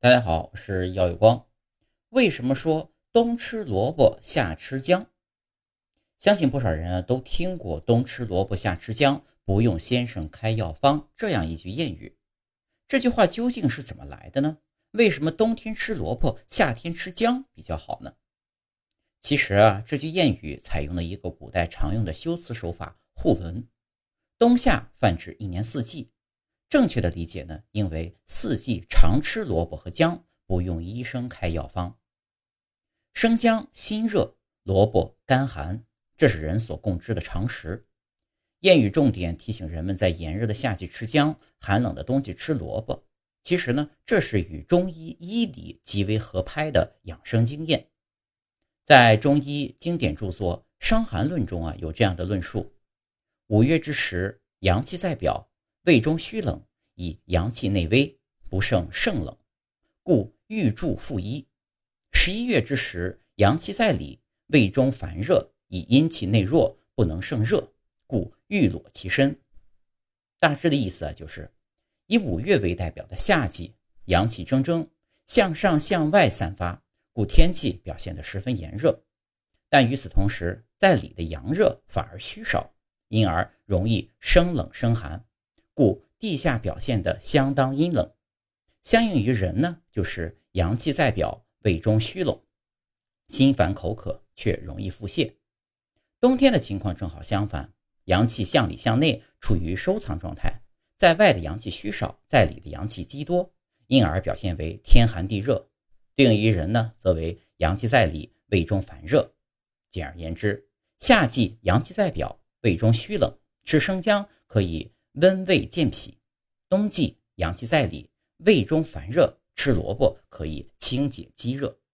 大家好，我是耀有光。为什么说冬吃萝卜夏吃姜？相信不少人都听过冬吃萝卜夏吃姜，不用先生开药方这样一句谚语。这句话究竟是怎么来的呢？为什么冬天吃萝卜夏天吃姜比较好呢？其实这句谚语采用了一个古代常用的修辞手法互文。冬夏泛指一年四季，正确的理解呢，因为四季常吃萝卜和姜，不用医生开药方。生姜辛热，萝卜干寒，这是人所共知的常识。谚语重点提醒人们在炎热的夏季吃姜，寒冷的冬季吃萝卜。其实呢，这是与中医医理极为合拍的养生经验。在中医经典著作《伤寒论》中有这样的论述：五月之时，阳气在表，胃中虚冷，以阳气内微，不胜盛冷，故欲助复衣。11月之时，阳气在里，胃中烦热，以阴气内弱，不能胜热，故欲裸其身。大致的意思就是以5月为代表的夏季，阳气蒸蒸，向上向外散发，故天气表现得十分炎热。但与此同时，在里的阳热反而虚少，因而容易生冷生寒，故地下表现得相当阴冷。相应于人呢，就是阳气在表，胃中虚冷，心烦口渴，却容易腹泻。冬天的情况正好相反，阳气向里向内处于收藏状态，在外的阳气虚少，在里的阳气积多，因而表现为天寒地热。对应于人呢，则为阳气在里，胃中烦热。简而言之，夏季阳气在表，胃中虚冷，吃生姜可以温胃健脾；冬季阳气在里，胃中烦热，吃萝卜可以清解积热。